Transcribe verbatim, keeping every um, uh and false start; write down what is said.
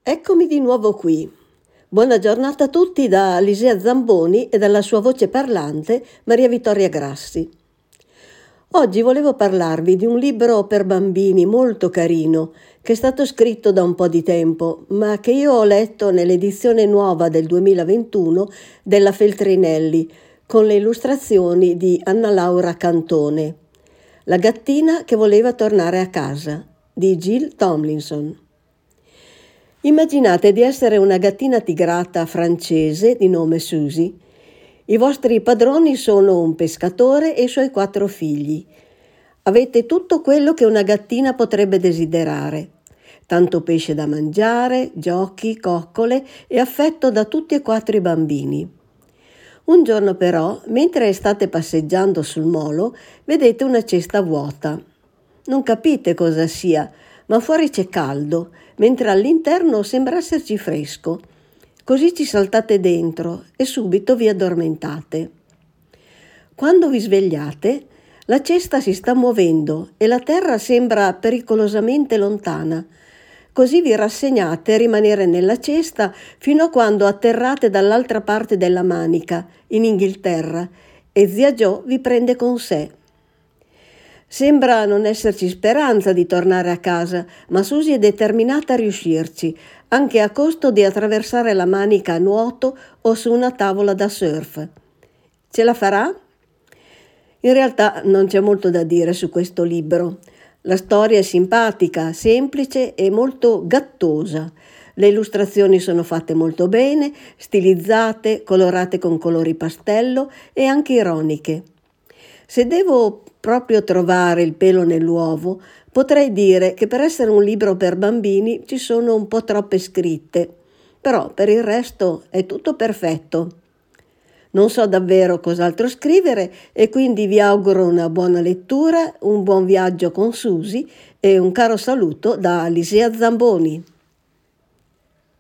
Eccomi di nuovo qui. Buona giornata a tutti da Alisea Zamboni e dalla sua voce parlante Maria Vittoria Grassi. Oggi volevo parlarvi di un libro per bambini molto carino che è stato scritto da un po' di tempo, ma che io ho letto nell'edizione nuova del duemilaventuno della Feltrinelli con le illustrazioni di Anna Laura Cantone. La gattina che voleva tornare a casa di Jill Tomlinson. Immaginate di essere una gattina tigrata francese di nome Susie. I vostri padroni sono un pescatore e i suoi quattro figli. Avete tutto quello che una gattina potrebbe desiderare. Tanto pesce da mangiare, giochi, coccole e affetto da tutti e quattro i bambini. Un giorno però, mentre state passeggiando sul molo, vedete una cesta vuota. Non capite cosa sia, ma fuori c'è caldo, mentre all'interno sembra esserci fresco. Così ci saltate dentro e subito vi addormentate. Quando vi svegliate, la cesta si sta muovendo e la terra sembra pericolosamente lontana. Così vi rassegnate a rimanere nella cesta fino a quando atterrate dall'altra parte della Manica, in Inghilterra, e zia Jo vi prende con sé. Sembra non esserci speranza di tornare a casa, ma Susie è determinata a riuscirci, anche a costo di attraversare la Manica a nuoto o su una tavola da surf. Ce la farà? In realtà non c'è molto da dire su questo libro. La storia è simpatica, semplice e molto gattosa. Le illustrazioni sono fatte molto bene, stilizzate, colorate con colori pastello e anche ironiche. Se devo proprio trovare il pelo nell'uovo, potrei dire che per essere un libro per bambini ci sono un po' troppe scritte, però per il resto è tutto perfetto. Non so davvero cos'altro scrivere e quindi vi auguro una buona lettura, un buon viaggio con Susie e un caro saluto da Alisea Zamboni.